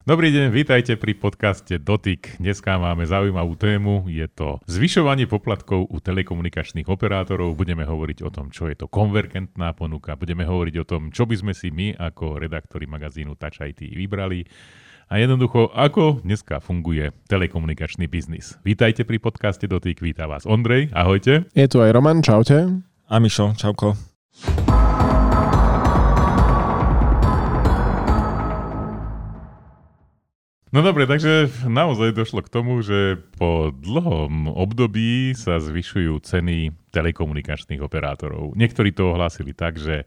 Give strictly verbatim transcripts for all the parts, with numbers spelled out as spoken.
Dobrý deň, vítajte pri podcaste Dotyk. Dneska máme zaujímavú tému, je to zvyšovanie poplatkov u telekomunikačných operátorov. Budeme hovoriť o tom, čo je to konvergentná ponuka, budeme hovoriť o tom, čo by sme si my ako redaktori magazínu Touch í té vybrali a jednoducho, ako dneska funguje telekomunikačný biznis. Vítajte pri podcaste Dotyk, víta vás Ondrej, ahojte. Je tu aj Roman, čaute. A Mišo, čauko. No dobre, takže naozaj došlo k tomu, že po dlhom období sa zvyšujú ceny telekomunikačných operátorov. Niektorí to ohlásili tak, že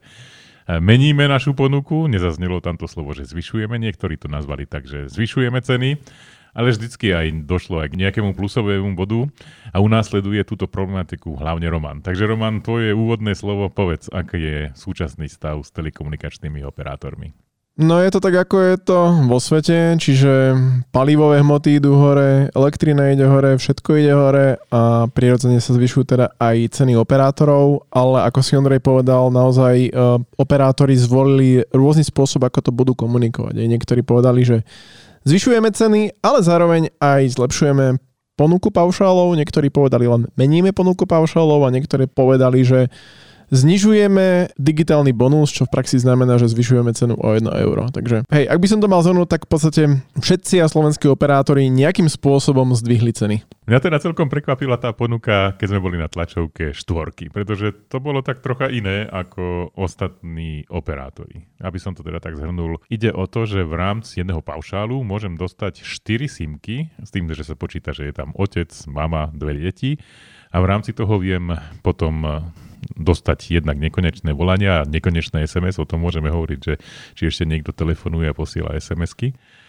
meníme našu ponuku, nezaznelo tam to slovo, že zvyšujeme, niektorí to nazvali tak, že zvyšujeme ceny, ale vždycky aj došlo aj k nejakému plusovému bodu a unásleduje túto problematiku hlavne Roman. Takže Roman, tvoje úvodné slovo, povedz, aký je súčasný stav s telekomunikačnými operátormi. No je to tak, ako je to vo svete, čiže palivové hmoty idú hore, elektrina ide hore, všetko ide hore a prirodzene sa zvyšujú teda aj ceny operátorov, ale ako si Ondrej povedal, naozaj uh, operátori zvolili rôzny spôsob, ako to budú komunikovať. Aj niektorí povedali, že zvyšujeme ceny, ale zároveň aj zlepšujeme ponuku paušálov, niektorí povedali len meníme ponuku paušálov a niektorí povedali, že znižujeme digitálny bonus, čo v praxi znamená, že zvyšujeme cenu o jedno euro. Takže hej, ak by som to mal zhrnúť, tak v podstate všetci a slovenskí operátori nejakým spôsobom zdvihli ceny. Mňa teda celkom prekvapila tá ponuka, keď sme boli na tlačovke štvorky, pretože to bolo tak trocha iné ako ostatní operátori. Aby som to teda tak zhrnul, ide o to, že v rámci jedného paušálu môžem dostať štyri simky, s tým, že sa počíta, že je tam otec, mama, dve deti a v rámci toho viem potom dostať jednak nekonečné volania a nekonečné es em es, o tom môžeme hovoriť, že či ešte niekto telefonuje a posiela es em esky.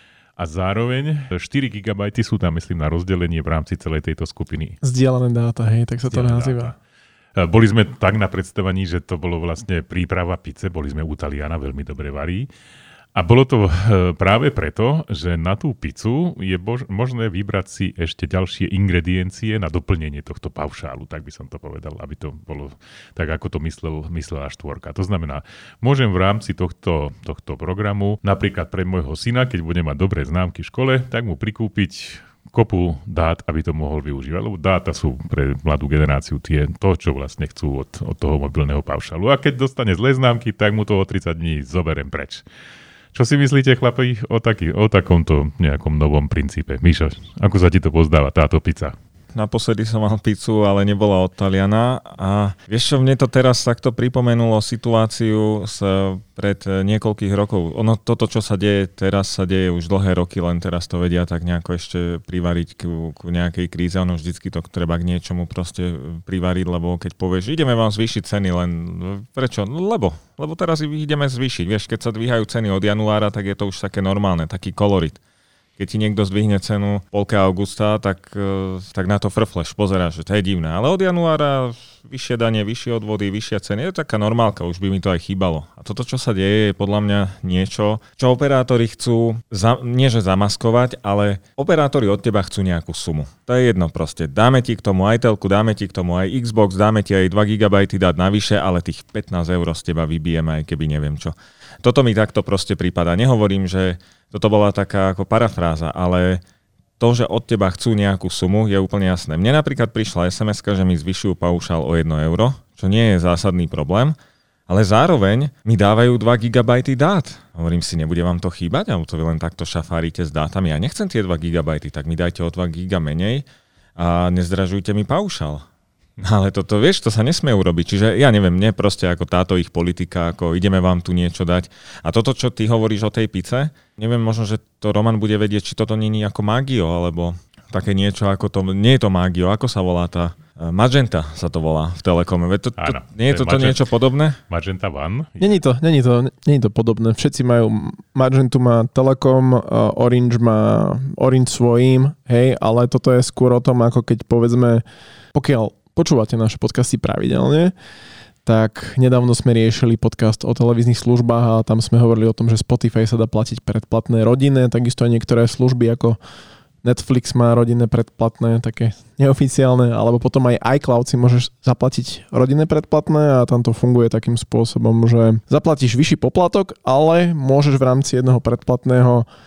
A zároveň štyri gigabajty sú tam, myslím, na rozdelenie v rámci celej tejto skupiny. Zdieľané dáta, hej, tak sa to nazýva. Dáta. Boli sme tak na predstavaní, že to bolo vlastne príprava pice, boli sme u Taliana, veľmi dobre varí. A bolo to práve preto, že na tú pizzu je bož- možné vybrať si ešte ďalšie ingrediencie na doplnenie tohto paušálu, tak by som to povedal, aby to bolo tak, ako to myslel, myslela štvorka. To znamená, môžem v rámci tohto, tohto programu, napríklad pre môjho syna, keď bude mať dobré známky v škole, tak mu prikúpiť kopu dát, aby to mohol využívať, lebo dáta sú pre mladú generáciu tie, to, čo vlastne chcú od, od toho mobilného paušálu. A keď dostane zlé známky, tak mu to o tridsať dní zoberiem preč. Čo si myslíte, chlapi, o, taký, o takomto nejakom novom princípe? Míšo, ako sa ti to pozdáva, táto pizza? Naposledy som mal pizzu, ale nebola od Taliana. A vieš čo, mne to teraz takto pripomenulo situáciu z pred niekoľkých rokov. Ono, toto, čo sa deje teraz, sa deje už dlhé roky, len teraz to vedia tak nejako ešte privariť ku, ku nejakej kríze. Ono vždycky to treba k niečomu proste privariť, lebo keď povieš, ideme vám zvýšiť ceny, len prečo? No, lebo. Lebo teraz ich ideme zvýšiť. Vieš, keď sa dvíhajú ceny od januára, tak je to už také normálne, taký kolorit. Keď ti niekto zdvihne cenu polke augusta, tak, tak na to frfleš, pozeráš, že to je divné. Ale od januára vyššie dane, vyššie odvody, vyššia ceny, je to taká normálka, už by mi to aj chýbalo. A toto, čo sa deje, je podľa mňa niečo, čo operátori chcú, za, nie že zamaskovať, ale operátori od teba chcú nejakú sumu. To je jedno proste. Dáme ti k tomu aj telku, dáme ti k tomu aj Xbox, dáme ti aj dva gigabajty dať navyše, ale tých pätnásť eur z teba vybijeme, aj keby neviem čo. Toto mi takto proste prípada. Nehovorím, že toto bola taká ako parafráza, ale to, že od teba chcú nejakú sumu, je úplne jasné. Mne napríklad prišla es em eska, že mi zvyšujú paušál o jedno euro, čo nie je zásadný problém, ale zároveň mi dávajú dva gigabajty dát. Hovorím si, nebude vám to chýbať, alebo to vy len takto šafárite s dátami. Ja nechcem tie dva gigabajty, tak mi dajte o dva giga menej a nezdražujte mi paušál. Ale toto, vieš, to sa nesmie urobiť. Čiže ja neviem, mne proste ako táto ich politika, ako ideme vám tu niečo dať. A toto, čo ty hovoríš o tej pice, neviem, možno, že to Roman bude vedieť, či toto nie je ako mágio, alebo také niečo ako to, nie je to mágio, ako sa volá tá Magenta sa to volá v Telekome. To, to, Áno, nie je toto Magenta, niečo podobné? Magenta One? Není to, není to, není to podobné. Všetci majú, Magentu má Telekom, uh, Orange má Orange svojím, hej, ale toto je skôr o tom, ako keď povedzme, pokiaľ počúvate naše podcasty pravidelne, tak nedávno sme riešili podcast o televíznych službách a tam sme hovorili o tom, že Spotify sa dá platiť predplatné rodinné, takisto aj niektoré služby ako Netflix má rodinné predplatné, také neoficiálne, alebo potom aj iCloud si môžeš zaplatiť rodinné predplatné a tam to funguje takým spôsobom, že zaplatíš vyšší poplatok, ale môžeš v rámci jedného predplatného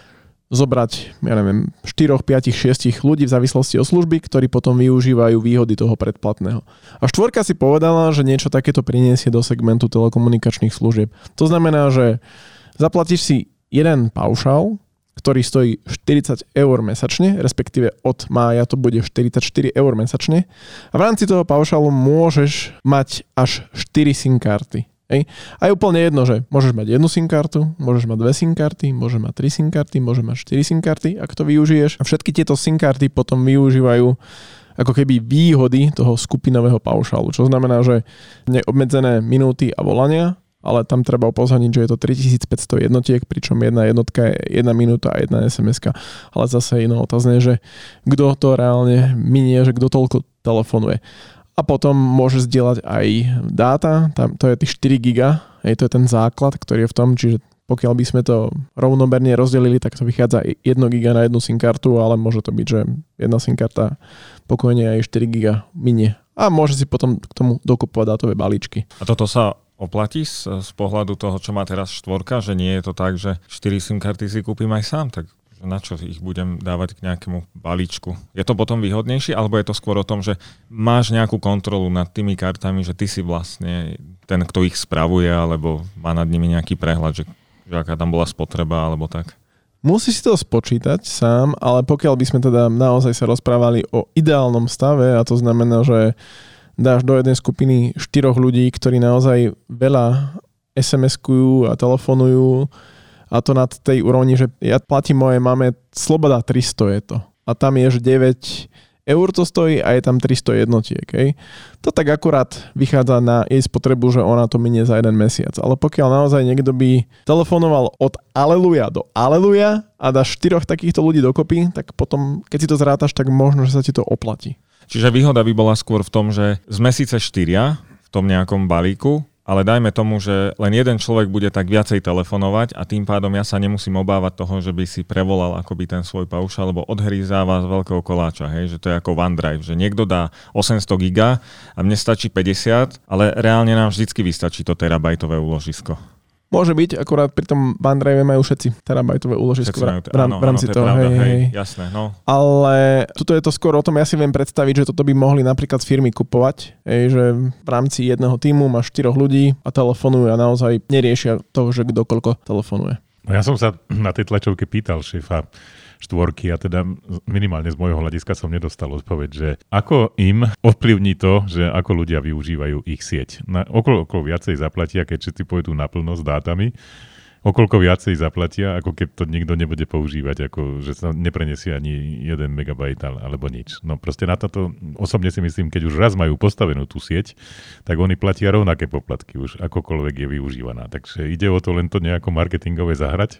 zobrať, ja neviem, štyri, päť, šesť ľudí v závislosti od služby, ktorí potom využívajú výhody toho predplatného. A štvorka si povedala, že niečo takéto priniesie do segmentu telekomunikačných služieb. To znamená, že zaplatíš si jeden paušál, ktorý stojí štyridsať eur mesačne, respektíve od mája to bude štyridsaťštyri eur mesačne. A v rámci toho paušálu môžeš mať až štyri SIM karty. Hej. A je úplne jedno, že môžeš mať jednu SIM kartu, môžeš mať dve SIM karty, môžeš mať tri SIM karty, môžeš mať štyri SIM karty, ak to využiješ. A všetky tieto SIM karty potom využívajú ako keby výhody toho skupinového paušálu. Čo znamená, že neobmedzené minúty a volania, ale tam treba upozorniť, že je to tritisícpäťsto jednotiek, pričom jedna jednotka je jedna minúta a jedna es em eska. Ale zase iná otázne, že kto to reálne minie, že kto toľko telefonuje. A potom môže zdieľať aj dáta, tam, to je tých štyri giga, hej, to je ten základ, ktorý je v tom, čiže pokiaľ by sme to rovnomerne rozdelili, tak to vychádza jedno giga na jednu SIM kartu, ale môže to byť, že jedna SIM karta pokojne aj štyri giga minie. A môže si potom k tomu dokupovať dátové balíčky. A toto sa oplatí z, z pohľadu toho, čo má teraz štvorka, že nie je to tak, že štyri SIM karty si kúpim aj sám, tak na čo ich budem dávať k nejakému balíčku? Je to potom výhodnejšie, alebo je to skôr o tom, že máš nejakú kontrolu nad tými kartami, že ty si vlastne ten, kto ich spravuje, alebo má nad nimi nejaký prehľad, že, že aká tam bola spotreba, alebo tak? Musíš si to spočítať sám, ale pokiaľ by sme teda naozaj sa rozprávali o ideálnom stave, a to znamená, že dáš do jednej skupiny štyroch ľudí, ktorí naozaj veľa es em eskujú a telefonujú, a to nad tej úrovni, že ja platím mojej mame Sloboda tristo je to. A tam je, že deväť eur to stojí a je tam tristo jednotiek. Hej. To tak akurát vychádza na jej spotrebu, že ona to minie za jeden mesiac. Ale pokiaľ naozaj niekto by telefonoval od aleluja do aleluja a dá štyroch takýchto ľudí dokopy, tak potom, keď si to zrátaš, tak možno, že sa ti to oplatí. Čiže výhoda by bola skôr v tom, že sme síce štyria v tom nejakom balíku, ale dajme tomu, že len jeden človek bude tak viacej telefonovať a tým pádom ja sa nemusím obávať toho, že by si prevolal akoby ten svoj paušál, lebo odhryzáva z veľkého koláča, hej? Že to je ako OneDrive, že niekto dá osemsto giga a mne stačí päťdesiat, ale reálne nám vždycky vystačí to terabajtové úložisko. Môže byť, akurát pri tom OneDrive majú všetci terabajtové úložisko v, t- rám, áno, v rámci áno, to toho. pravda, hej, hej. Jasné, no. Ale tuto je to skôr o tom, ja si viem predstaviť, že toto by mohli napríklad firmy kupovať, hej, že v rámci jedného tímu máš štyroch ľudí a telefonujú a naozaj neriešia toho, že kto koľko telefonuje. No ja som sa na tej tlačovke pýtal šéfa štvorky a teda minimálne z môjho hľadiska som nedostal odpoveď, že ako im ovplyvní to, že ako ľudia využívajú ich sieť. Na, okolo, okolo viacej zaplatia, keď všetci pôjdu naplno s dátami, okolko viacej zaplatia, ako keď to nikto nebude používať, ako že sa neprenesie ani jeden megabajt alebo nič. No proste na toto osobne si myslím, keď už raz majú postavenú tú sieť, tak oni platia rovnaké poplatky už, akokoľvek je využívaná. Takže ide o to len to nejako marketingové zahrať.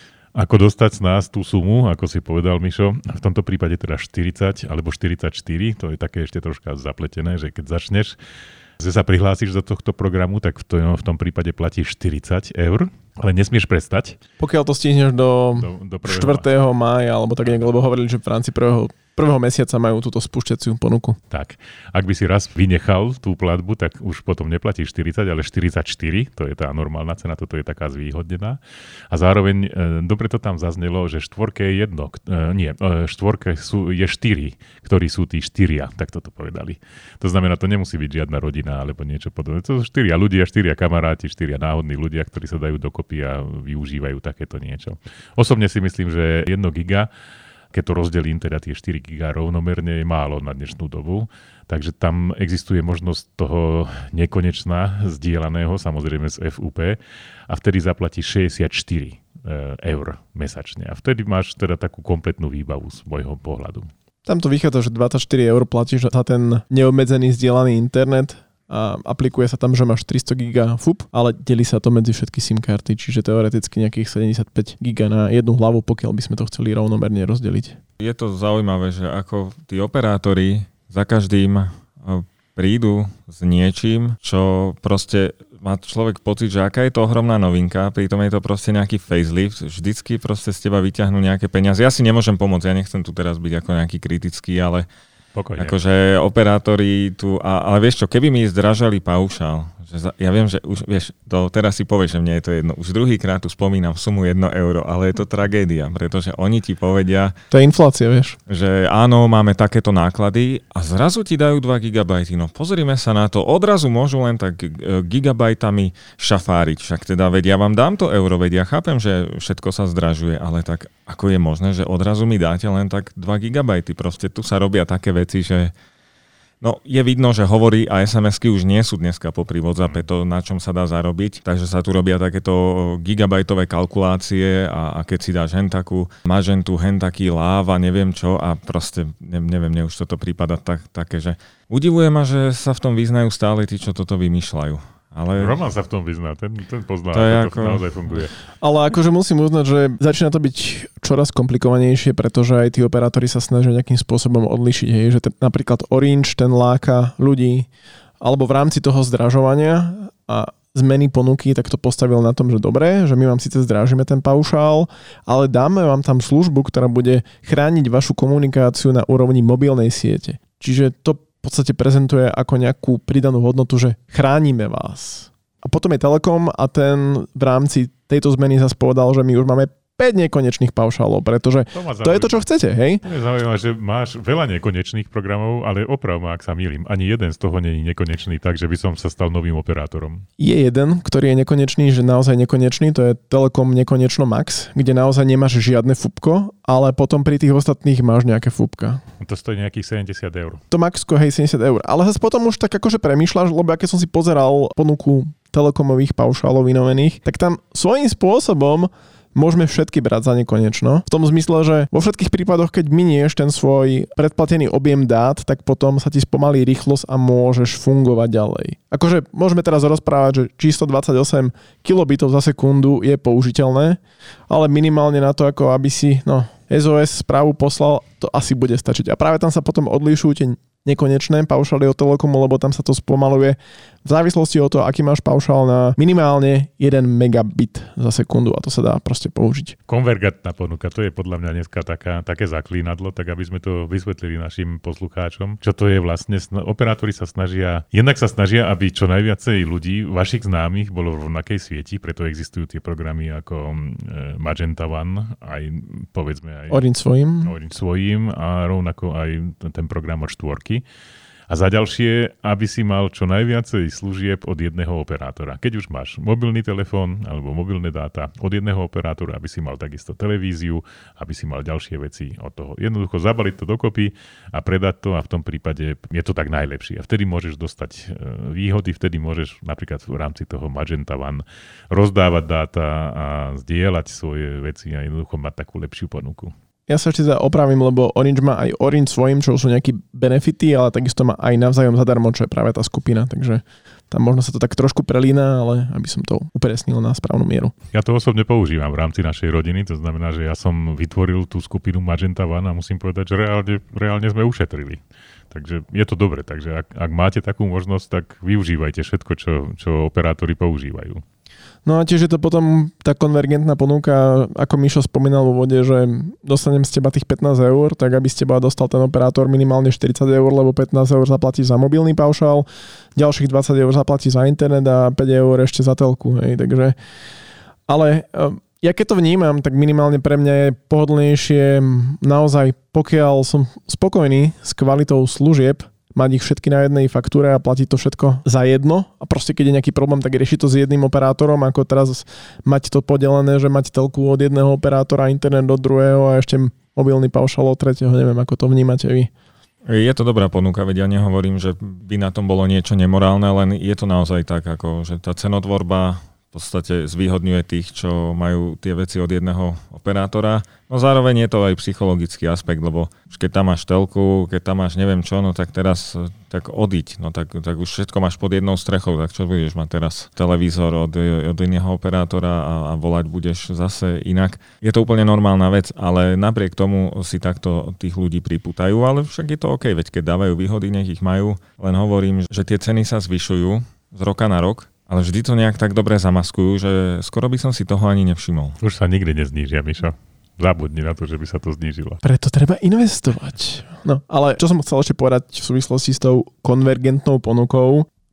Ako dostať z nás tú sumu, ako si povedal Mišo, v tomto prípade teda štyridsať alebo štyridsaťštyri, to je také ešte troška zapletené, že keď začneš, že sa prihlásiš do tohto programu, tak v tom, v tom prípade platíš štyridsať eur, ale nesmieš prestať. Pokiaľ to stihneš do, do, do štvrtého mája, alebo tak nejak, lebo hovorili, že v rámci prvého, prvého mesiaca majú túto spúšťaciu ponuku. Tak, ak by si raz vynechal tú platbu, tak už potom neplatíš štyridsať, ale štyridsaťštyri, to je tá normálna cena, toto je taká zvýhodnená. A zároveň, e, dobre to tam zaznelo, že štvorke je jedno, e, nie, e, štvorke sú, je štyri, ktorí sú tí štyria, tak toto povedali. To znamená, to nemusí byť žiadna rodina alebo niečo podobné. To sú štyria ľudia, štyria kamaráti, štyria náhodní ľudia, ktorí sa dajú dokopy a využívajú takéto niečo. Osobne si myslím, že jedno giga, keď to rozdelím, teda tie štyri giga rovnomerne, je málo na dnešnú dobu. Takže tam existuje možnosť toho nekonečná zdieľaného, samozrejme z ef ú pé, a vtedy zaplatíš šesťdesiatštyri eur mesačne. A vtedy máš teda takú kompletnú výbavu z môjho pohľadu. Tam to vychádza, že dvadsaťštyri eur platíš za ten neobmedzený zdieľaný internet a aplikuje sa tam, že máš tristo giga ef ú pé, ale delí sa to medzi všetky SIM karty, čiže teoreticky nejakých sedemdesiatpäť giga na jednu hlavu, pokiaľ by sme to chceli rovnomerne rozdeliť. Je to zaujímavé, že ako tí operátori za každým prídu s niečím, čo proste má človek pocit, že aká je to ohromná novinka, pritom je to proste nejaký facelift, vždycky proste z teba vyťahnú nejaké peniaze. Ja si nemôžem pomôcť, ja nechcem tu teraz byť ako nejaký kritický, ale Pokojne. Akože operátori tu, a, ale vieš čo, keby mi zdražali paušál, Že za, ja viem, že už, vieš, to teraz si povieš, že mne je to jedno. Už druhýkrát tu spomínam sumu jedno euro, ale je to tragédia, pretože oni ti povedia... To je inflácia, vieš. Že áno, máme takéto náklady a zrazu ti dajú dva gigabajty. No pozrime sa na to, odrazu môžu len tak gigabajtami šafáriť. Však teda, veď ja vám dám to euro, veď ja chápem, že všetko sa zdražuje, ale tak ako je možné, že odrazu mi dáte len tak dva gigabajty. Proste tu sa robia také veci, že no, je vidno, že hovorí a es em esky už nie sú dneska popri WhatsAppe to, na čom sa dá zarobiť, takže sa tu robia takéto gigabajtové kalkulácie a, a keď si dáš hen takú mažentu, hen taký láv a neviem čo a proste, ne, neviem, mne už toto prípada tak, také, že udivuje ma, že sa v tom vyznajú stále tí, čo toto vymýšľajú. Ale... Roman sa v tom vyzná, ten, ten pozná, to ako ako... to naozaj funguje. Ale akože musím uznať, že začína to byť čoraz komplikovanejšie, pretože aj tí operátori sa snažia nejakým spôsobom odlišiť, hej, že ten, napríklad Orange, ten láka ľudí, alebo v rámci toho zdražovania a zmeny ponuky, tak to postavil na tom, že dobre, že my vám síce zdrážime ten paušál, ale dáme vám tam službu, ktorá bude chrániť vašu komunikáciu na úrovni mobilnej siete. Čiže to v podstate prezentuje ako nejakú pridanú hodnotu, že chránime vás. A potom je Telekom a ten v rámci tejto zmeny zase povedal, že my už máme päť nekonečných paušálov, pretože to, to je to, čo chcete, hej? To je zaujímavé, že máš veľa nekonečných programov, ale oprav ma, ak sa mýlim. Ani jeden z toho nie je nekonečný, takže by som sa stal novým operátorom. Je jeden, ktorý je nekonečný, že naozaj nekonečný, to je Telekom Nekonečno Max, kde naozaj nemáš žiadne fúbko, ale potom pri tých ostatných máš nejaké fúbka. To stojí nejakých sedemdesiat eur. To Maxko, hej, sedemdesiat eur. Ale zase potom už tak akože premýšľaš, lebo keď som si pozeral ponuku telekomových paušálov vynovených, tak tam svojím spôsobom môžeme všetky brať za nekonečno. V tom zmysle, že vo všetkých prípadoch, keď minieš ten svoj predplatený objem dát, tak potom sa ti spomalí rýchlosť a môžeš fungovať ďalej. Akože môžeme teraz rozprávať, že či stodvadsaťosem kilobitov za sekundu je použiteľné, ale minimálne na to, ako aby si no, es ó es správu poslal, to asi bude stačiť. A práve tam sa potom odlišujú tie nekonečné paušály od Telekomu, lebo tam sa to spomaluje v závislosti od toho, aký máš paušál na minimálne jeden megabit za sekundu a to sa dá proste použiť. Konvergentná ponuka, to je podľa mňa dneska taká, také zaklínadlo, tak aby sme to vysvetlili našim poslucháčom. Čo to je vlastne? Operátori sa snažia, jednak sa snažia, aby čo najviacej ľudí, vašich známych, bolo v rovnakej sieti, preto existujú tie programy ako Magenta One, aj povedzme aj Orange svojím. Orange svojím a rovnako aj ten program od štvorky. A za ďalšie, aby si mal čo najviacej služieb od jedného operátora. Keď už máš mobilný telefón alebo mobilné dáta od jedného operátora, aby si mal takisto televíziu, aby si mal ďalšie veci od toho. Jednoducho zabaliť to dokopy a predať to a v tom prípade je to tak najlepšie. A vtedy môžeš dostať výhody, vtedy môžeš napríklad v rámci toho Magenta One rozdávať dáta a zdieľať svoje veci a jednoducho mať takú lepšiu ponuku. Ja sa ešte opravím, lebo Orange má aj Orange svojím, čo sú nejaké benefity, ale takisto má aj navzájom zadarmo, čo je práve tá skupina. Takže tam možno sa to tak trošku prelína, ale aby som to upresnil na správnu mieru. Ja to osobne používam v rámci našej rodiny, to znamená, že ja som vytvoril tú skupinu Magenta One a musím povedať, že reálne, reálne sme ušetrili. Takže je to dobre, takže ak, ak máte takú možnosť, tak využívajte všetko, čo, čo operátori používajú. No a tiež je to potom tá konvergentná ponuka, ako Mišo spomínal vo vode, že dostanem z teba tých pätnásť eur, tak aby z teba dostal ten operátor minimálne štyridsať eur, lebo pätnásť eur zaplatíš za mobilný paušál, ďalších dvadsať eur zaplatíš za internet a päť eur ešte za telku. Hej, takže... Ale ja keď to vnímam, tak minimálne pre mňa je pohodlnejšie naozaj, pokiaľ som spokojný s kvalitou služieb, mať ich všetky na jednej faktúre a platiť to všetko za jedno a proste keď je nejaký problém, tak riešiť to s jedným operátorom, ako teraz mať to podelené, že mať telku od jedného operátora, internet od druhého a ešte mobilný paušál od tretieho, neviem, ako to vnímate vy. Je to dobrá ponuka, veď ja nehovorím, že by na tom bolo niečo nemorálne, len je to naozaj tak, ako, že tá cenotvorba v podstate zvýhodňuje tých, čo majú tie veci od jedného operátora. No zároveň je to aj psychologický aspekt, lebo keď tam máš telku, keď tam máš neviem čo, no tak teraz tak odiť, no tak, tak už všetko máš pod jednou strechou, tak čo budeš mať teraz televízor od, od iného operátora a, a volať budeš zase inak. Je to úplne normálna vec, ale napriek tomu si takto tých ľudí pripútajú, ale však je to OK, veď keď dávajú výhody, nech ich majú, len hovorím, že tie ceny sa zvyšujú z roka na rok. Ale vždy to nejak tak dobre zamaskujú, že skoro by som si toho ani nevšimol. Už sa nikdy neznížia, Mišo. Zabudni na to, že by sa to znížilo. Preto treba investovať. No, ale čo som chcel ešte povedať v súvislosti s tou konvergentnou ponukou,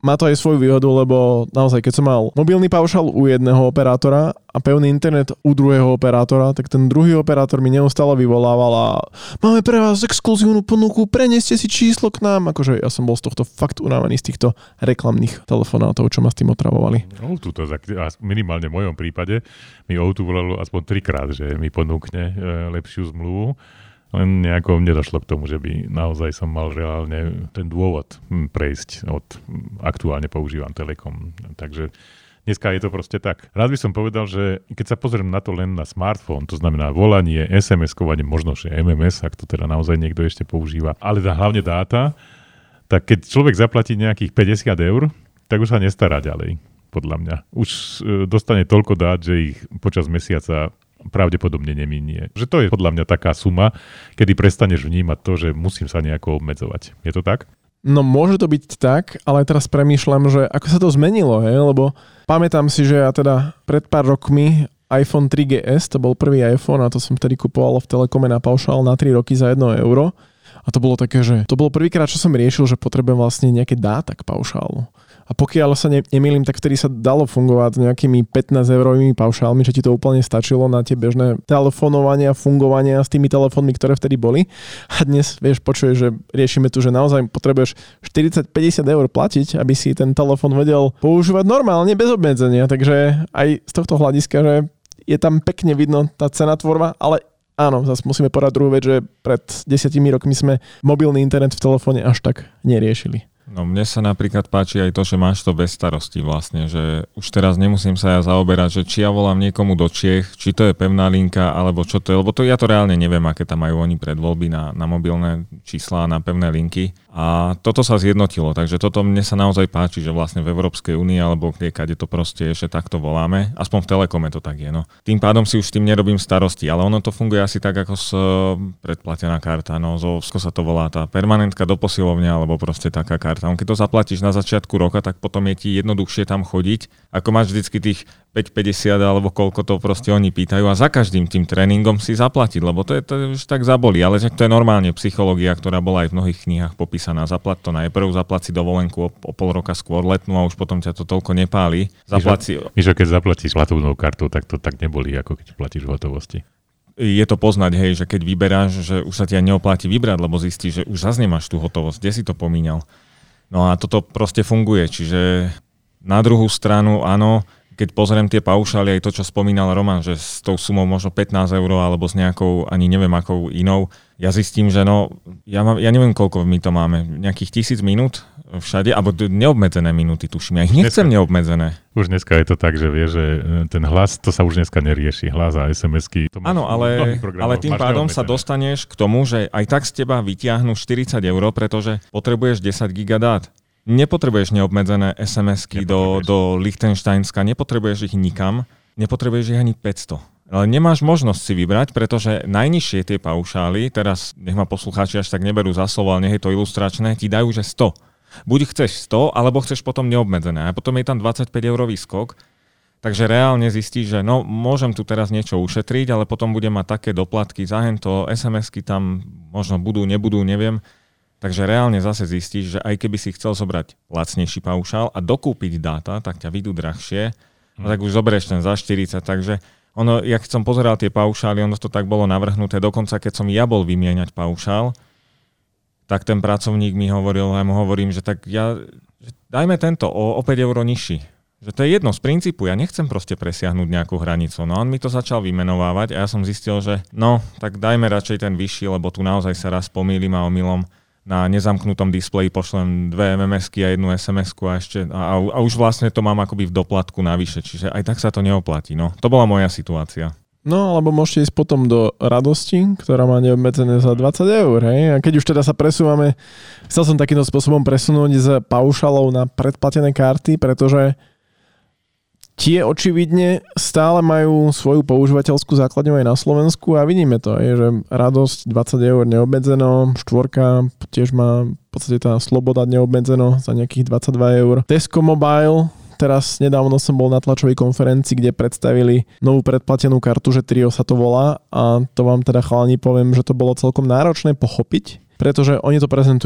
má to aj svoju výhodu, lebo naozaj, keď som mal mobilný paušal u jedného operátora a pevný internet u druhého operátora, tak ten druhý operátor mi neustále vyvolával a máme pre vás exkluzívnu ponuku, prenieste si číslo k nám. Akože ja som bol z tohto fakt unavený z týchto reklamných telefonátov, čo ma s tým otravovali. No, tuto, minimálne v mojom prípade mi ó dva volalo aspoň trikrát, že mi ponúkne lepšiu zmluvu. Len nejako nedošlo k tomu, že by naozaj som mal reálne ten dôvod prejsť od aktuálne používam Telekom. Takže dneska je to proste tak. Rád by som povedal, že keď sa pozriem na to len na smartfón, to znamená volanie, es em es-kovanie, možno že em em es, ak to teda naozaj niekto ešte používa, ale hlavne dáta, tak keď človek zaplatí nejakých päťdesiat eur, tak už sa nestará ďalej, podľa mňa. Už dostane toľko dát, že ich počas mesiaca pravdepodobne neminie. Že to je podľa mňa taká suma, kedy prestaneš vnímať to, že musím sa nejako obmedzovať. Je to tak? No môže to byť tak, ale teraz premýšľam, že ako sa to zmenilo, hej? Lebo pamätám si, že ja teda pred pár rokmi iPhone tri gé es, to bol prvý iPhone a to som vtedy kupoval v Telekome na paušál na tri roky za jedno euro. A to bolo také, že to bolo prvýkrát, čo som riešil, že potrebujem vlastne nejaké dáta k paušálu. A pokiaľ sa ne, nemýlim, tak vtedy sa dalo fungovať s nejakými pätnásť eurovými paušálmi, že ti to úplne stačilo na tie bežné telefonovania, fungovania s tými telefónmi, ktoré vtedy boli. A dnes, vieš, počuješ, že riešime tu, že naozaj potrebuješ štyridsať päťdesiat eur platiť, aby si ten telefón vedel používať normálne, bez obmedzenia. Takže aj z tohto hľadiska, že je tam pekne vidno tá cenatvorba, ale áno, zase musíme povedať druhú vec, že pred desiatimi rokmi sme mobilný internet v telefóne až tak neriešili. No mne sa napríklad páči aj to, že máš to bez starosti vlastne, že už teraz nemusím sa ja zaoberať, že či ja volám niekomu do Čiech, či to je pevná linka, alebo čo to je, lebo to ja to reálne neviem, aké tam majú oni predvoľby na, na mobilné čísla, na pevné linky. A toto sa zjednotilo, takže toto mne sa naozaj páči, že vlastne v Európskej únii alebo kade to proste ešte takto voláme, aspoň v Telekome to tak je. No. Tým pádom si už tým nerobím starosti, ale ono to funguje asi tak ako s predplatená karta, no zo ako sa to volá, tá permanentka do posilovne alebo proste taká karta. On keď to zaplatíš na začiatku roka, tak potom je ti jednoduchšie tam chodiť, ako máš vždycky tých päť päťdesiat alebo koľko to proste oni pýtajú a za každým tým tréningom si zaplatiť, lebo to je to už tak zabolí, ale to je normálne psychológia, ktorá bola aj v mnohých knihách popísaná. Zaplať to najprv, zaplať si dovolenku o, o pol roka skôr letnú a už potom ťa to toľko nepáli. Zaplať si... Myšo, keď zaplatíš platobnou kartou, tak to tak nebolí, ako keď platíš v hotovosti. Je to poznať, hej, že keď vyberáš, že už sa ti neoplatí vybrať, lebo zistíš, že už zase nemáš tú hotovosť, kde si to pomíňal. No a toto proste funguje, čiže na druhú stranu, áno, keď pozriem tie paušály, aj to, čo spomínal Roman, že s tou sumou možno pätnásť eur alebo s nejakou, ani neviem akou inou, ja zistím, že no, ja, mám, ja neviem, koľko my to máme, nejakých tisíc minút všade, alebo neobmedzené minúty, tuším, ja ich nechcem dneska, neobmedzené. Už dneska je to tak, že vie, že ten hlas, to sa už dneska nerieši, hlas a es em esky. Áno, ale, ale tým pádom sa dostaneš k tomu, že aj tak z teba vytiahnu štyridsať eur, pretože potrebuješ desať giga dát. Nepotrebuješ neobmedzené es em esky do, do Lichtensteinska, nepotrebuješ ich nikam, nepotrebuješ ich ani päťsto. Ale nemáš možnosť si vybrať, pretože najnižšie tie paušály, teraz nech ma poslucháči až tak neberú za slovo, ale nech je to ilustračné, ti dajú, že sto. Buď chceš sto, alebo chceš potom neobmedzené. A potom je tam dvadsaťpäť eurový skok, takže reálne zistíš, že no, môžem tu teraz niečo ušetriť, ale potom budem mať také doplatky za hento, es em esky tam možno budú, nebudú, neviem. Takže reálne zase zistíš, že aj keby si chcel zobrať lacnejší paušál a dokúpiť dáta, tak ťa vyjdú drahšie, hmm. tak už zoberieš ten za štyridsať. Takže ono, jak som pozeral tie paušály, ono to tak bolo navrhnuté, dokonca keď som ja bol vymieňať paušál, tak ten pracovník mi hovoril, ja mu hovorím, že tak ja, že dajme tento o, o päť eur nižší. Že to je jedno z princípu, ja nechcem proste presiahnuť nejakú hranicu. No on mi to začal vymenovávať a ja som zistil, že no, tak dajme radšej ten vyšší, lebo tu naozaj sa raz pomýlim a omylom na nezamknutom displeji pošlem dve em em esky a jednu es em esku a ešte a, a už vlastne to mám akoby v doplatku navyše, čiže aj tak sa to neoplatí. No, to bola moja situácia. No, alebo môžete ísť potom do Radosti, ktorá má neobmedzené za dvadsať eur, hej? A keď už teda sa presúvame, chcel som takýmto spôsobom presunúť z paušalov na predplatené karty, pretože tie očividne stále majú svoju používateľskú základňu aj na Slovensku a vidíme to, je, že Radosť dvadsať eur neobmedzeno, štvorka tiež má v podstate tá Sloboda neobmedzeno za nejakých dvadsaťdva eur. Tesco Mobile, teraz nedávno som bol na tlačovej konferencii, kde predstavili novú predplatenú kartu, že Trio sa to volá a to vám teda chalani poviem, že to bolo celkom náročné pochopiť, pretože oni to prezentujú, že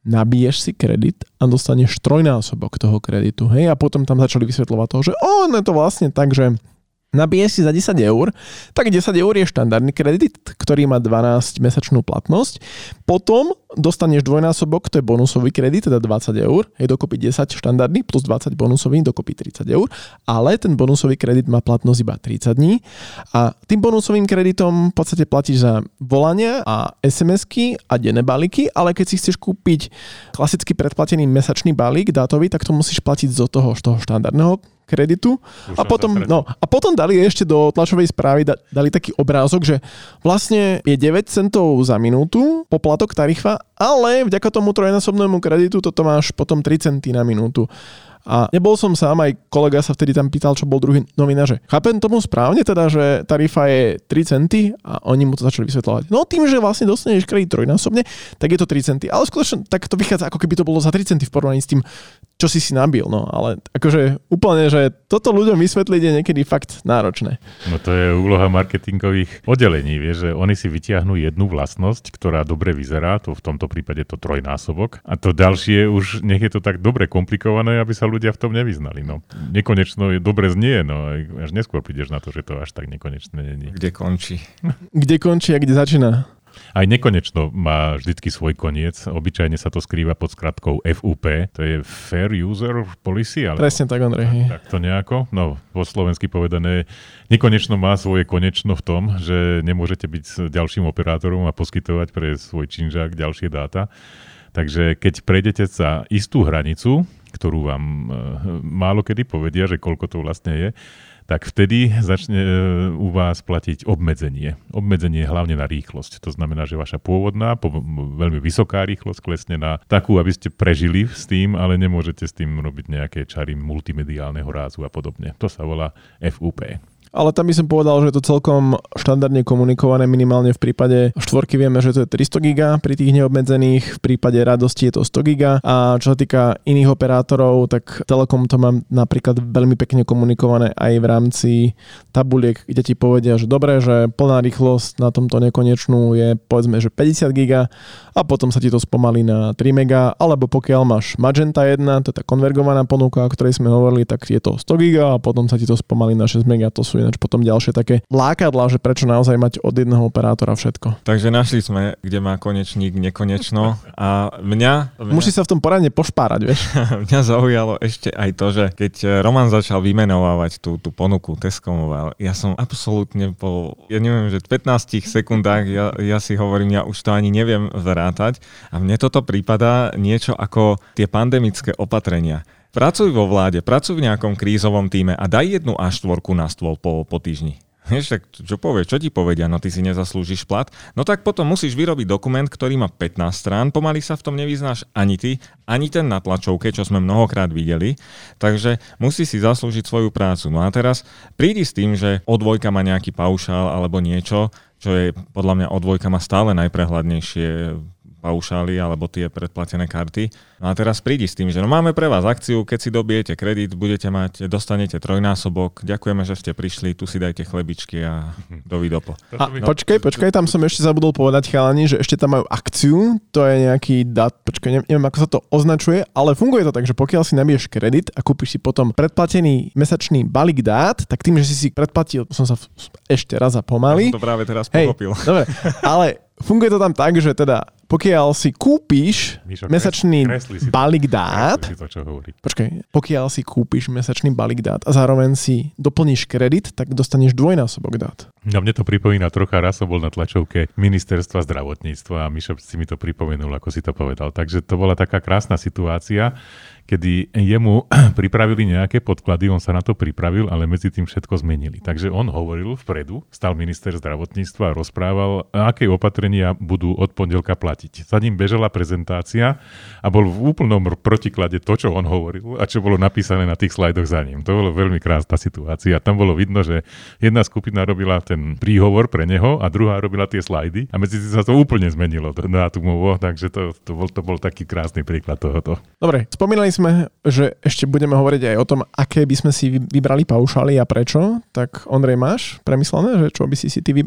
nabiješ si kredit a dostaneš trojnásobok toho kreditu. Hej? A potom tam začali vysvetľovať to, že on je to vlastne tak, že nabiješ si za desať eur, tak desať eur je štandardný kredit, ktorý má dvanásťmesačnú platnosť. Potom dostaneš dvojnásobok, to je bonusový kredit, teda dvadsať eur, je dokopy desať štandardný plus dvadsať bonusový, dokopy tridsať eur, ale ten bonusový kredit má platnosť iba tridsať dní a tým bonusovým kreditom v podstate platíš za volania a es em esky a denné balíky, ale keď si chceš kúpiť klasicky predplatený mesačný balík dátový, tak to musíš platiť zo toho, z toho štandardného kreditu. A potom, no, a potom dali ešte do tlačovej správy, dali taký obrázok, že vlastne je deväť centov za minútu, poplatok tarifa, ale vďaka tomu trojnásobnému kreditu toto máš potom tri centy na minútu. A nebol som sám, aj kolega sa vtedy tam pýtal, čo bol druhý novinár, že chápem tomu správne teda, že tarifa je tri centy a oni mu to začali vysvetľovať. No tým, že vlastne dostaneš kredit trojnásobne, tak je to tri centy. Ale skutočne tak to vychádza, ako keby to bolo za tri centy v porovnaní s tým, čo si si nabil. No ale akože úplne, že toto ľuďom vysvetliť je niekedy fakt náročné. No to je úloha marketingových oddelení, vieš, že oni si vytiahnu jednu vlastnosť, ktorá dobre vyzerá, to v tomto prípade to trojnásobok. A to ďalšie už nech je to tak dobre komplikované, aby sa ľudia v tom nevyznali. No, nekonečno je dobre znie, no až neskôr prídeš na to, že to až tak nekonečné nie je. Kde končí? Kde končí a kde začína? Aj nekonečno má vždycky svoj koniec. Obyčajne sa to skrýva pod skratkou ef ú pé, to je Fair User Policy. Ale presne tak, Ondrej. Tak to nejako. No, po slovensky povedané, nekonečno má svoje konečno v tom, že nemôžete byť s ďalším operátorom a poskytovať pre svoj činžák ďalšie dáta. Takže keď prejdete za istú hranicu, ktorú vám e, málo kedy povedia, že koľko to vlastne je, tak vtedy začne e, u vás platiť obmedzenie. Obmedzenie hlavne na rýchlosť. To znamená, že vaša pôvodná, po, veľmi vysoká rýchlosť klesne na takú, aby ste prežili s tým, ale nemôžete s tým robiť nejaké čary multimediálneho rázu a podobne. To sa volá ef ú pé. Ale tam by som povedal, že je to celkom štandardne komunikované, minimálne v prípade štvorky vieme, že to je tristo giga, pri tých neobmedzených, v prípade radosti je to sto giga a čo sa týka iných operátorov, tak Telekom to má napríklad veľmi pekne komunikované aj v rámci tabuliek, kde ti povedia, že dobre, že plná rýchlosť na tomto nekonečnú je povedzme, že päťdesiat giga a potom sa ti to spomalí na tri mega, alebo pokiaľ máš Magenta jeden, to je tá konvergovaná ponuka, o ktorej sme hovorili, tak je to sto giga a potom sa ti to spomalí na šesť mega, to sú ináč potom ďalšie také lákadlá, že prečo naozaj mať od jedného operátora všetko. Takže našli sme, kde má konečník nekonečno a mňa... mňa... Musí sa v tom poradne pošpárať, vieš. Mňa zaujalo ešte aj to, že keď Roman začal vymenovávať tú, tú ponuku Tescomová, ja som absolútne po, ja neviem, že v pätnástich sekundách ja, ja si hovorím, ja už to ani neviem zrátať a mne toto prípada niečo ako tie pandemické opatrenia. Pracuj vo vláde, pracuj v nejakom krízovom tíme a daj jednu á štyri na stôl po, po týždni. Vieš, tak čo povie, čo ti povedia, no ty si nezaslúžiš plat? No tak potom musíš vyrobiť dokument, ktorý má pätnásť strán, pomaly sa v tom nevyznáš ani ty, ani ten na tlačovke, čo sme mnohokrát videli, takže musí si zaslúžiť svoju prácu. No a teraz prídi s tým, že O dva má nejaký paušál alebo niečo, čo je podľa mňa O dva má stále najprehľadnejšie paušály alebo tie predplatené karty. No a teraz prídi s tým, že no máme pre vás akciu, keď si dobijete kredit, budete mať, dostanete trojnásobok, ďakujeme, že ste prišli, tu si dajte chlebičky a dovidopo. A no, počkaj, počkaj, tam som ešte zabudol povedať chalani, že ešte tam majú akciu, to je nejaký dát, počkaj, neviem ako sa to označuje, ale funguje to tak, že pokiaľ si nabiješ kredit a kúpiš si potom predplatený mesačný balík dát, tak tým, že si si predplatil, som sa ešte raz a pomaly. Ja som to práve teraz pochopil. Hej, dobre, ale funguje to tam tak, že teda pokiaľ si kúpiš Míšo, mesačný kresli, balík dát, to, čo hovorí. Počkaj, pokiaľ si kúpiš mesačný balík dát a zároveň si doplníš kredit, tak dostaneš dvojnásobok dát. No mne to pripomína trocha, raz som bol na tlačovke ministerstva zdravotníctva a Mišo si mi to pripomenul, ako si to povedal. Takže to bola taká krásna situácia, kedy jemu pripravili nejaké podklady, on sa na to pripravil, ale medzi tým všetko zmenili. Takže on hovoril vpredu, stal minister zdravotníctva a rozprával, aké opatrenia budú od pondelka platiť. Za ním bežala prezentácia a bol v úplnom protiklade to, čo on hovoril a čo bolo napísané na tých slajdoch za ním. To bolo veľmi krásna situácia. Tam bolo vidno, že jedna skupina robila ten príhovor pre neho a druhá robila tie slajdy a medzi tým sa to úplne zmenilo dátumovo, takže to, to, bol, to bol taký krásny príklad tohoto. Dobre, spomínali sme, že ešte budeme hovoriť aj o tom, aké by sme si vybrali paušály a prečo. Tak Ondrej, máš premyslené, že čo by si si ty vybral?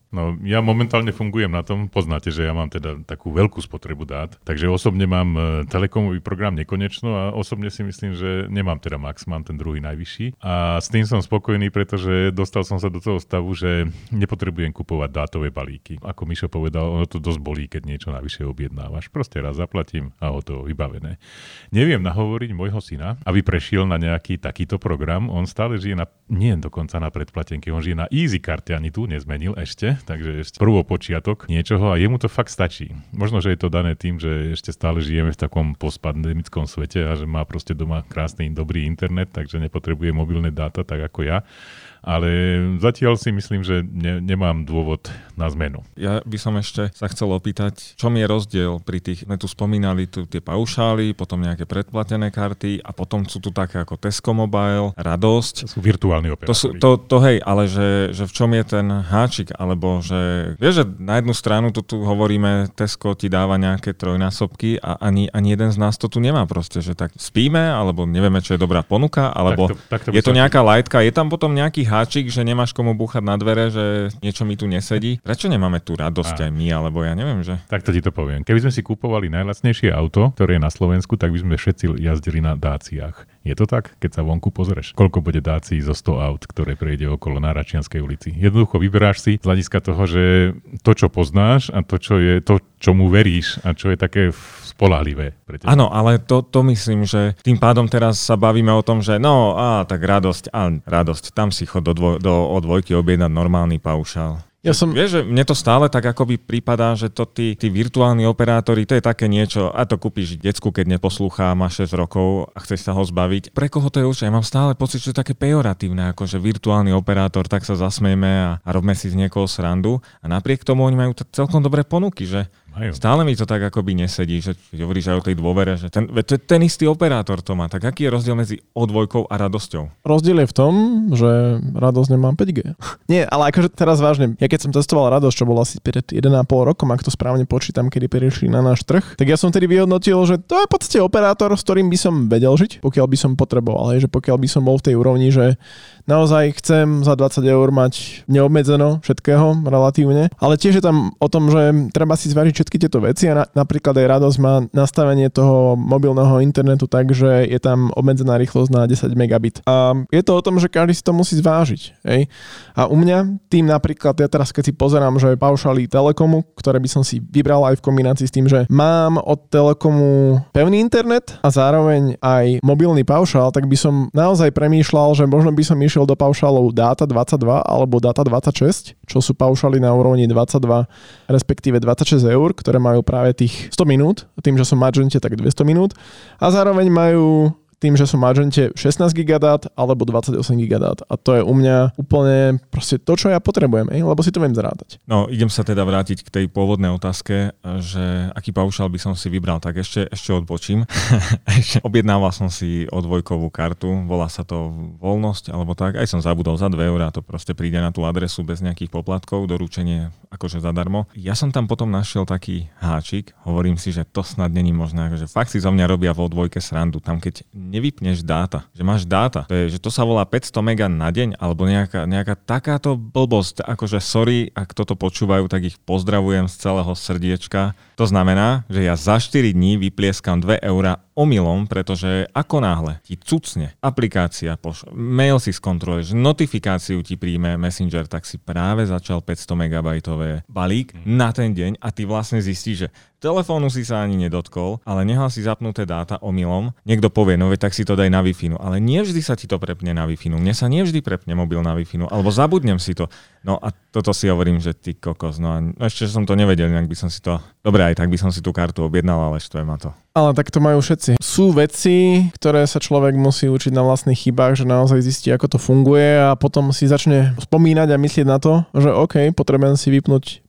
No, ja momentálne fungujem na tom, poznáte, že ja mám teda takú veľkú spotrebu dát, takže osobne mám telekomový program nekonečno a osobne si myslím, že nemám teda max, mám ten druhý najvyšší a s tým som spokojný, pretože dostal som sa do toho stavu, že nepotrebujem kupovať dátové balíky. Ako Mišo povedal, ono to dosť bolí, keď niečo navyše objednávaš. Proste raz zaplatím a hotovo, vybavené. Neviem nahovoriť môjho syna, aby prešiel na nejaký takýto program. On stále žije na, nie dokonca na predplatenke, on žije na Easy karte, ani tu nezmenil ešte, takže ešte prvý počiatok niečoho a jemu to fakt stačí. Možno, že je to dané tým, že ešte stále žijeme v takom postpandemickom svete a že má proste doma krásny, dobrý internet, takže nepotrebuje mobilné dáta tak ako ja. Ale zatiaľ si myslím, že ne, nemám dôvod na zmenu. Ja by som ešte sa chcel opýtať, čo mi je rozdiel pri tých, sme tu spomínali tu tie paušály, potom nejaké predplatené karty a potom sú tu také ako Tesco Mobile, Radosť. To sú virtuálni operátori. To, sú, to, to hej, ale že, že v čom je ten háčik, alebo že, vieš, že na jednu stranu tu, tu hovoríme, Tesco ti dáva nejaké trojnásobky a ani, ani jeden z nás to tu nemá proste, že tak spíme, alebo nevieme, čo je dobrá ponuka, alebo tak to, tak to je to nejaká lightka, je tam potom nejaký háčik, že nemáš komu búchať na dvere, že niečo mi tu nesedí. Prečo nemáme tú radosť a. aj my, alebo ja neviem, že... Takto ti to poviem. Keby sme si kupovali najlacnejšie auto, ktoré je na Slovensku, tak by sme všetci jazdili na Dáciách. Je to tak? Keď sa vonku pozrieš, koľko bude Dácií zo sto aut, ktoré prejde okolo na Račianskej ulici. Jednoducho vyberáš si z hľadiska toho, že to, čo poznáš a to, čo je to, čomu veríš a čo je také spoľahlivé. Áno, ale to, to myslím, že tým pádom teraz sa bavíme o tom, že no, á, tak radosť, á, radosť, tam si chod do, dvoj, do o dvojky objednať normálny paušál. Ja som... Vieš, že mne to stále tak akoby prípadá, že to tí, tí virtuálni operátori, to je také niečo, a to kúpiš decku, keď neposlúchá, má šesť rokov a chceš sa ho zbaviť. Pre koho to je určite? Ja mám stále pocit, že to je také pejoratívne, ako že virtuálny operátor, tak sa zasmejme a, a robme si z niekoho srandu. A napriek tomu oni majú t- celkom dobré ponuky, že majú. Stále mi to tak akoby nesedí, že hovoríš aj o tej dôvere, že ten, to je ten istý operátor to má. Tak aký je rozdiel medzi ó dva a radosťou? Rozdiel je v tom, že radosť nemám päť gé. Nie, ale akože teraz vážne, ja keď som testoval radosť, čo bolo asi pred jeden a pol rokom, ak to správne počítam, kedy prišli na náš trh, tak ja som tedy vyhodnotil, že to je v podstate operátor, s ktorým by som vedel žiť, pokiaľ by som potreboval, hej, že pokiaľ by som bol v tej úrovni, že naozaj chcem za dvadsať eur mať neobmedzeno všetkého relatívne, ale tiež je tam o tom, že treba si zvážiť všetky tieto veci a na, napríklad aj radosť má nastavenie toho mobilného internetu tak, že je tam obmedzená rýchlosť na desať megabit. A je to o tom, že každý si to musí zvážiť. Hej. A u mňa tým napríklad, ja teraz keď si pozerám, že paušály Telekomu, ktoré by som si vybral aj v kombinácii s tým, že mám od Telekomu pevný internet a zároveň aj mobilný paušál, tak by som naozaj premýšľal, že možno by som išiel do paušálov Data dvadsaťdva alebo Data dvadsaťšesť, čo sú paušály na úrovni dvadsaťdva respektíve dvadsaťšesť eur, ktoré majú práve tých sto minút, tým, že som v Magente, tak dvesto minút a zároveň majú tým, že som v Magente šestnásť gigadát alebo dvadsaťosem gigadát. A to je u mňa úplne proste to, čo ja potrebujem, ej? Lebo si to viem zrátať. No, idem sa teda vrátiť k tej pôvodnej otázke, že aký paušál by som si vybral, tak ešte, ešte odbočím. ešte objednával som si ó dvojkovú kartu, volá sa to Voľnosť, alebo tak, aj som zabudol za dve eurá, to proste príde na tú adresu bez nejakých poplatkov, doručenie akože zadarmo. Ja som tam potom našiel taký háčik, hovorím si, že to snad není možné, akože fakt si zo mňa robia vo dvojke srandu, tam keď nevypneš dáta, že máš dáta, to je, že to sa volá päťsto mega na deň, alebo nejaká, nejaká takáto blbosť, akože sorry, ak toto počúvajú, tak ich pozdravujem z celého srdiečka. To znamená, že ja za štyri dní vyplieskam dve eurá omylom, pretože ako náhle ti cucne aplikácia, poš- mail si skontroluješ, notifikáciu ti príjme Messenger, tak si práve začal päťsto megabajtové balík na ten deň a ty vlastne zistíš, že telefónu si sa ani nedotkol, ale nehal si zapnuté dáta omylom. Niekto povie, no veď tak si to daj na Wi-Fi, ale nie vždy sa ti to prepne na Wi-Fi. Mne sa nie vždy prepne mobil na Wi-Fi, alebo zabudnem si to. No a toto si hovorím, že ty kokos, no a ešte som to nevedel, nejak by som si to... Dobre, aj tak by som si tú kartu objednal, ale štve ma to. Ale tak to majú všetci. Sú veci, ktoré sa človek musí učiť na vlastných chybách, že naozaj zistí, ako to funguje a potom si začne spomínať a myslieť na to, že OK, potrebujem si vypnúť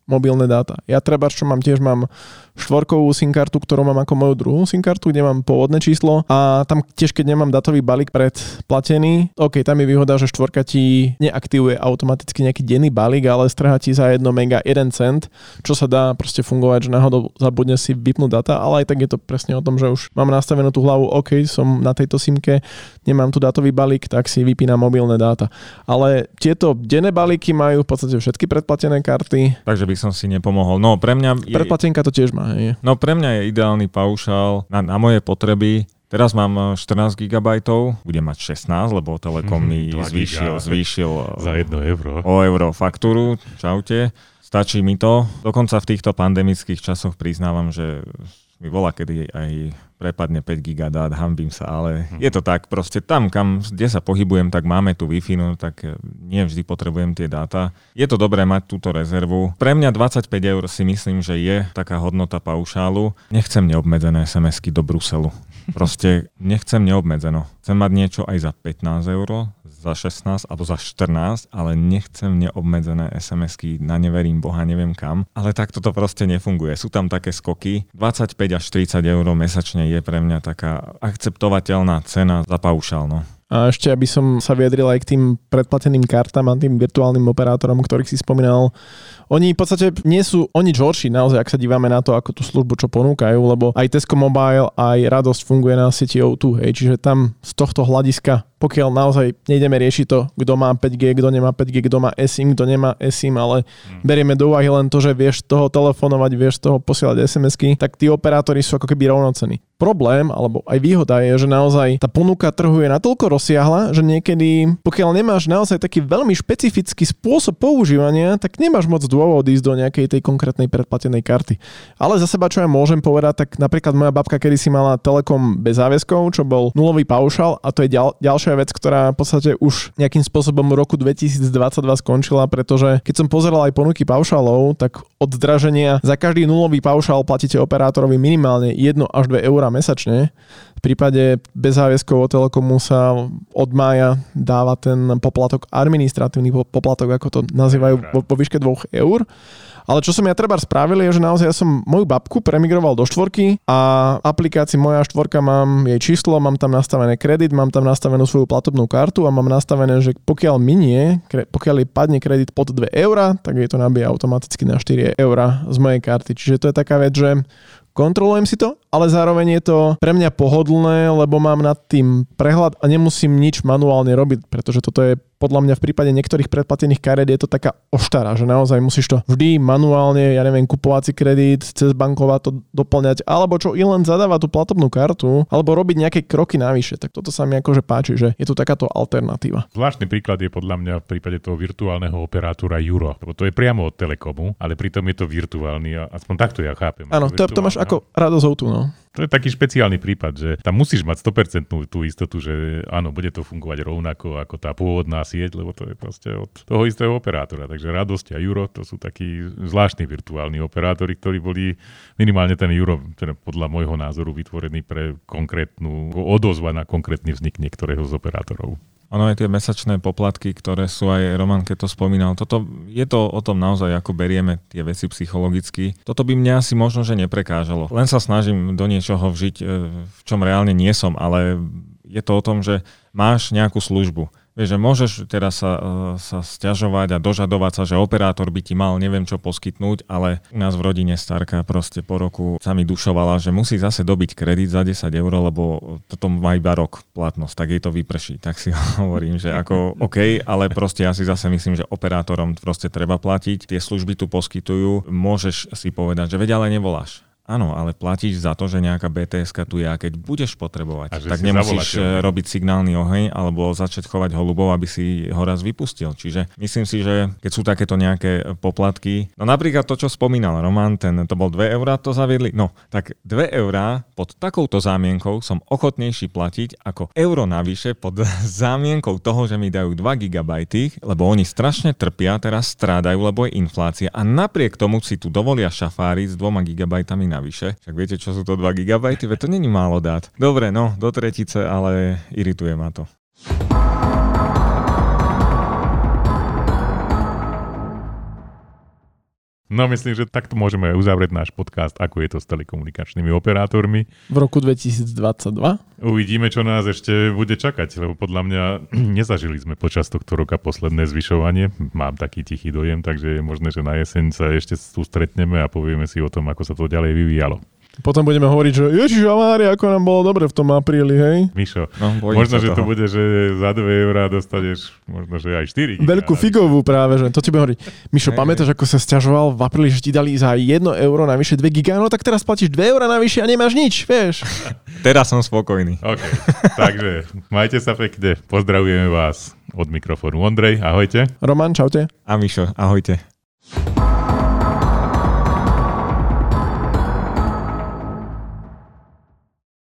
mobilné dáta. Ja treba, čo mám tiež mám štvorkovú SIM kartu, ktorú mám ako moju druhú SIM kartu, kde mám pôvodné číslo a tam tiež, keď nemám datový balík predplatený, OK, tam je výhoda, že štvorka ti neaktivuje automaticky nejaký denný balík, ale strhá ti za jedno mega jeden cent, čo sa dá proste fungovať, že náhodou zabudne si vypnúť data, ale aj tak je to presne o tom, že už mám nastavenú tú hlavu, OK, som na tejto simke, nemám tu datový balík, tak si vypínam mobilné dáta. Ale tieto denné balíky majú v podstate všetky predplatené karty. Takže by som si nepomohol. No pre mňa... Je... Predplatenka to tiež má. Hej. No pre mňa je ideálny paušál na, na moje potreby. Teraz mám štrnásť gigabajtov, budem mať šestnásť, lebo Telekom mi mm, zvýšil, zvýšil za jedno euro. O euro faktúru. Čaute. Stačí mi to. Dokonca v týchto pandemických časoch priznávam, že mi volá, kedy aj prepadne päť giga dát, hanbím sa, ale hm. je to tak, proste tam, kam, kde sa pohybujem, tak máme tu Wi-Fi, no tak nie vždy potrebujem tie dáta. Je to dobré mať túto rezervu. Pre mňa dvadsaťpäť eur si myslím, že je taká hodnota paušálu. Nechcem neobmedzené es em esky do Bruselu. Proste nechcem neobmedzeno. Chcem mať niečo aj za pätnásť eur, za šestnásť alebo za štrnásť, ale nechcem neobmedzené es em esky, na neverím Boha, neviem kam. Ale takto to proste nefunguje. Sú tam také skoky. dvadsaťpäť až tridsať eur mesačne je pre mňa taká akceptovateľná cena za paušál. No. A ešte, aby som sa vyjadril aj k tým predplateným kartám a tým virtuálnym operátorom, ktorých si spomínal. Oni v podstate nie sú o nič horší, naozaj, ak sa dívame na to, ako tú službu čo ponúkajú, lebo aj Tesco Mobile, aj Radosť funguje na sieti ó dva, hej, čiže tam z tohto hľadiska, pokiaľ naozaj nejdeme riešiť to, kto má päť gé, kto nemá päť gé, kto má eSIM, kto nemá eSIM, ale hmm. berieme do úvahy len to, že vieš toho telefonovať, vieš toho posielať es em esky, tak tí operátori sú ako keby rovnocení. Problém, alebo aj výhoda je, že naozaj tá ponuka trhu je natoľko rozsiahla, že niekedy, pokiaľ nemáš naozaj taký veľmi špecifický spôsob používania, tak nemáš moc dôvod ísť do nejakej tej konkrétnej predplatenej karty. Ale za seba, čo ja môžem povedať, tak napríklad moja babka kedysi mala Telekom bez záväzkov, čo bol nulový paušal, a to je ďal, ďalšia vec, ktorá v podstate už nejakým spôsobom v roku dvetisícdvadsaťdva skončila, pretože keď som pozeral aj ponuky paušálov, tak od zdraženia za každý nulový paušál platíte operátorovi minimálne jedno až dve eurá mesačne. V prípade bez záväzkov od Telekomu sa od mája dáva ten poplatok, administratívny poplatok, ako to nazývajú, vo, vo výške dvoch eur. Ale čo som ja treba spravil, je, že naozaj ja som moju babku premigroval do štvorky a aplikácii Moja štvorka mám jej číslo, mám tam nastavené kredit, mám tam nastavenú svoju platobnú kartu a mám nastavené, že pokiaľ minie, pokiaľ jej padne kredit pod dve eurá, tak jej to nabije automaticky na štyri eurá z mojej karty. Čiže to je taká vec, že kontrolujem si to, ale zároveň je to pre mňa pohodlné, lebo mám nad tým prehľad a nemusím nič manuálne robiť, pretože toto je podľa mňa v prípade niektorých predplatených kariet je to taká oštara, že naozaj musíš to vždy manuálne, ja neviem, kupovať si kredit, cez banková to doplňať, alebo čo i len zadávať tú platobnú kartu, alebo robiť nejaké kroky navyše. Tak toto sa mi akože páči, že je tu takáto alternatíva. Zvláštny príklad je podľa mňa v prípade toho virtuálneho operátora Euro, lebo to je priamo od Telekomu, ale pritom je to virtuálny, a aspoň takto ja chápem. Áno, to, to máš ako Radosť ó dva, no. To je taký špeciálny prípad, že tam musíš mať sto percent tú istotu, že áno, bude to fungovať rovnako ako tá pôvodná sieť, lebo to je proste od toho istého operátora. Takže Radosť a Euro, to sú takí zvláštni virtuálni operátori, ktorí boli minimálne ten Euro, teda podľa môjho názoru, vytvorený pre konkrétnu odozva na konkrétny vznik niektorého z operátorov. Ono aj tie mesačné poplatky, ktoré sú aj, Roman, keď to spomínal, toto, je to o tom naozaj, ako berieme tie veci psychologicky. Toto by mňa asi možno, že neprekážalo. Len sa snažím do niečoho vžiť, v čom reálne nie som, ale je to o tom, že máš nejakú službu. Vieš, že môžeš teraz sa, sa sťažovať a dožadovať sa, že operátor by ti mal neviem čo poskytnúť, ale u nás v rodine starka proste po roku sa mi dušovala, že musí zase dobiť kredit za desať eur, lebo toto má iba rok platnosť, tak jej to vyprší. Tak si hovorím, že ako OK, ale proste ja si zase myslím, že operátorom proste treba platiť, tie služby tu poskytujú, môžeš si povedať, že veď ale nevoláš. Áno, ale platíš za to, že nejaká bé té eska tu je a keď budeš potrebovať, tak nemusíš zavolateľ. robiť signálny oheň alebo začať chovať holubov, aby si ho raz vypustil. Čiže myslím si, že keď sú takéto nejaké poplatky, no napríklad to, čo spomínal Roman, ten, to bol dve eurá, to zaviedli, no tak dve eurá pod takouto zámienkou som ochotnejší platiť ako euro navyše pod zámienkou toho, že mi dajú dva gigabajty, lebo oni strašne trpia, teraz strádajú, lebo je inflácia a napriek tomu si tu dovolia šafáriť s dvoma gigabajtami na navyše. Však viete, čo sú to dva gigabajty? Veď to není málo dát. Dobre, no, do tretice, ale irituje ma to. No myslím, že takto môžeme uzavrieť náš podcast, ako je to s telekomunikačnými operátormi. V roku dvetisícdvadsaťdva? Uvidíme, čo nás ešte bude čakať, lebo podľa mňa nezažili sme počas tohto roka posledné zvyšovanie. Mám taký tichý dojem, takže je možné, že na jeseň sa ešte tu stretneme a povieme si o tom, ako sa to ďalej vyvíjalo. Potom budeme hovoriť, že Ježiš Mária, ako nám bolo dobre v tom apríli, hej? Mišo, no, možno, že toho. To bude, že za dve eurá dostaneš možno, že aj štyri. Veľkú figovú práve, že to ti bude hovoriť. Mišo, hey, pamätáš, ako sa sťažoval v apríli, že ti dali za jedno euro navyše dve giga, no tak teraz platíš dve eurá navyše a nemáš nič, vieš? Teraz som spokojný. OK, takže majte sa pekne, pozdravujeme vás od mikrofónu Ondrej, ahojte. Roman, čaute. A Mišo, ahojte.